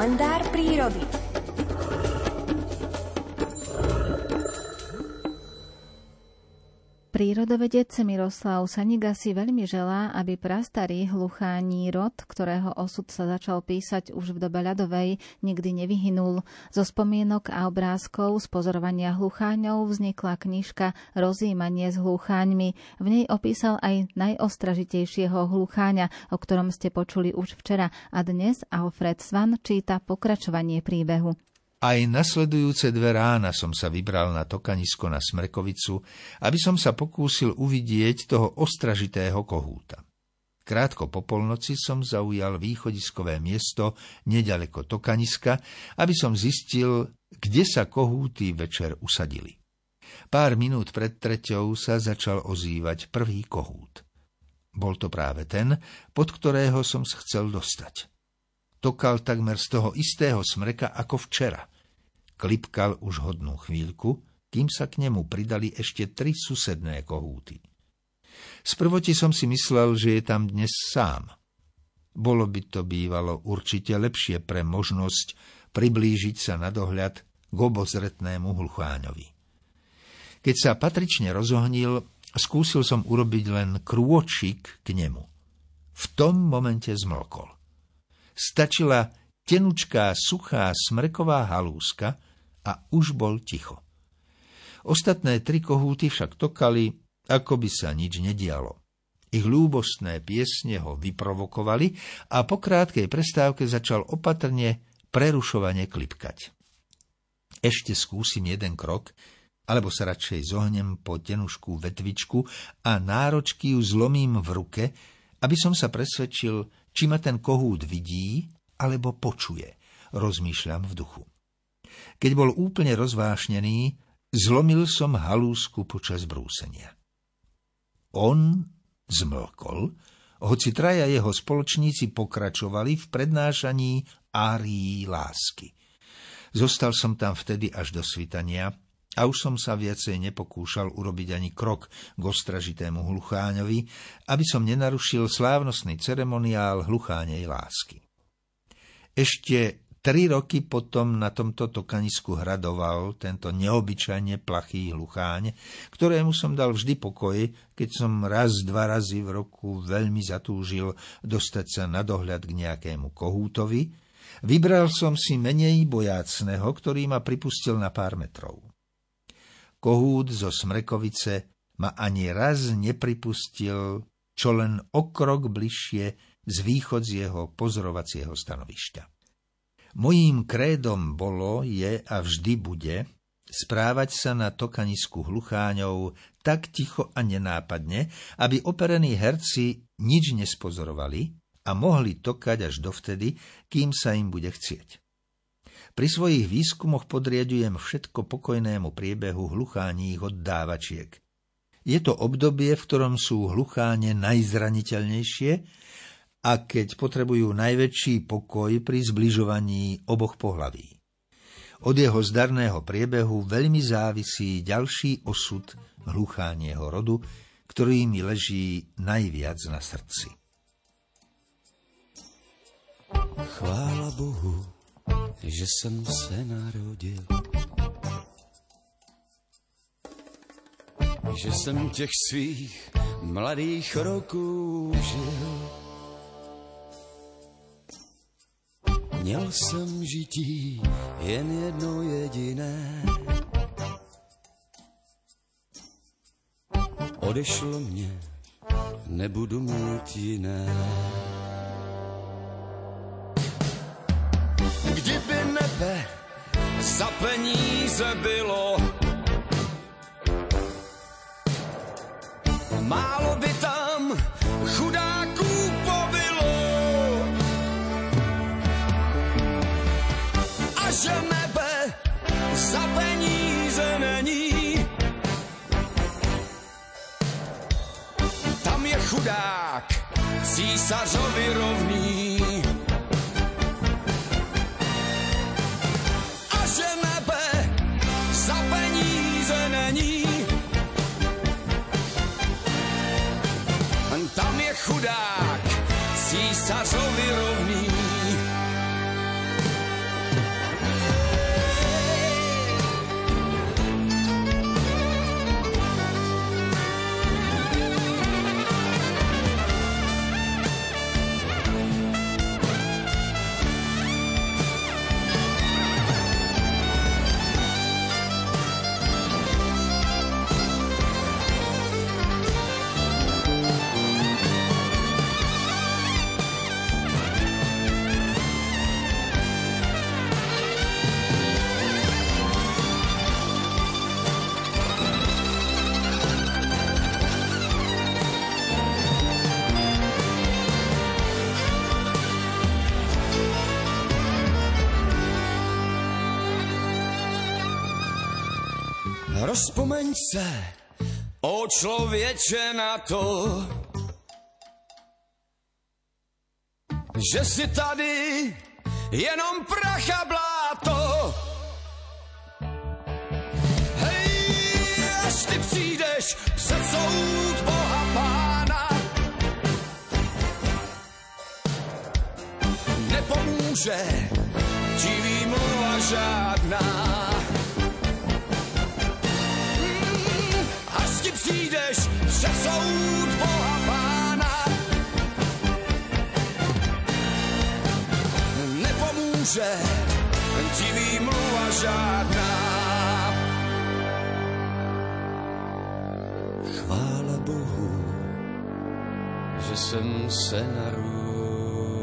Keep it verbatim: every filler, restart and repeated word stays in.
kalendár prírody. Prírodovedec Miroslav Saniga si veľmi želá, aby prastarý hluchání rod, ktorého osud sa začal písať už v dobe ľadovej, nikdy nevyhynul. Zo spomienok a obrázkov z pozorovania hlucháňov vznikla knižka Rozjímanie s hlucháňmi. V nej opísal aj najostražitejšieho hlucháňa, o ktorom ste počuli už včera, a dnes Alfred Svan číta pokračovanie príbehu. Aj nasledujúce dve rána som sa vybral na tokanisko na Smrekovicu, aby som sa pokúsil uvidieť toho ostražitého kohúta. Krátko po polnoci som zaujal východiskové miesto neďaleko tokaniska, aby som zistil, kde sa kohúty večer usadili. Pár minút pred treťou sa začal ozývať prvý kohút. Bol to práve ten, pod ktorého som sa chcel dostať. Tokal takmer z toho istého smreka ako včera. Klipkal už hodnú chvíľku, kým sa k nemu pridali ešte tri susedné kohúty. Sprvoti som si myslel, že je tam dnes sám. Bolo by to bývalo určite lepšie pre možnosť priblížiť sa na dohľad k obozretnému hlucháňovi. Keď sa patrične rozohnil, skúsil som urobiť len krôčik k nemu. V tom momente zmlkol. Stačila tenučká, suchá smreková halúska a už bol ticho. Ostatné tri kohúty však tokali, ako by sa nič nedialo. Ich ľúbostné piesne ho vyprovokovali a po krátkej prestávke začal opatrne, prerušovane klipkať. Ešte skúsim jeden krok, alebo sa radšej zohnem po tenuškú vetvičku a náročky ju zlomím v ruke, aby som sa presvedčil, či ma ten kohút vidí, alebo počuje, rozmýšľam v duchu. Keď bol úplne rozvášnený, zlomil som halúsku počas brúsenia. On zmlkol, hoci traja jeho spoločníci pokračovali v prednášaní árií lásky. Zostal som tam vtedy až do svitania a už som sa viacej nepokúšal urobiť ani krok k ostražitému hlucháňovi, aby som nenarušil slávnostný ceremoniál hluchánej lásky. Ešte tri roky potom na tomto tokanisku hradoval tento neobyčajne plachý hlucháň, ktorému som dal vždy pokoj, keď som raz, dva razy v roku veľmi zatúžil dostať sa na dohľad k nejakému kohútovi. Vybral som si menej bojácneho, ktorý ma pripustil na pár metrov. Kohút zo Smrekovice ma ani raz nepripustil čo len o krok bližšie z východzieho pozorovacieho stanovišťa. Mojím krédom bolo, je a vždy bude správať sa na tokanisku hlucháňov tak ticho a nenápadne, aby operení herci nič nespozorovali a mohli tokať až dovtedy, kým sa im bude chcieť. Pri svojich výskumoch podriadujem všetko pokojnému priebehu hlucháních oddávačiek. Je to obdobie, v ktorom sú hlucháne najzraniteľnejšie a keď potrebujú najväčší pokoj pri zbližovaní oboch pohlaví. Od jeho zdarného priebehu veľmi závisí ďalší osud hluchánieho rodu, ktorý mi leží najviac na srdci. Chvála Bohu, že som se narodil, že jsem těch svých mladých roků žil. Měl jsem žití jen jedno jediné, odešlo mě, nebudu mít jiné. Kdyby nebe za peníze bylo, málo by tam chudáků pobylo. A že nebe za peníze není, tam je chudák císařovi rovný. A že nebe za peníze není, tam je chudák císařovi rovný. Rozpomeň se, o člověče, na to, že si tady jenom prach a bláto. Hej, až ty přijdeš před soud Boha Pána, nepomůže ti výmluva žádná. Hmm, až ty přijdeš před soud Boha Pána, nepomůže ti výmluva žádná. Chvála Bohu, že jsem se narodil.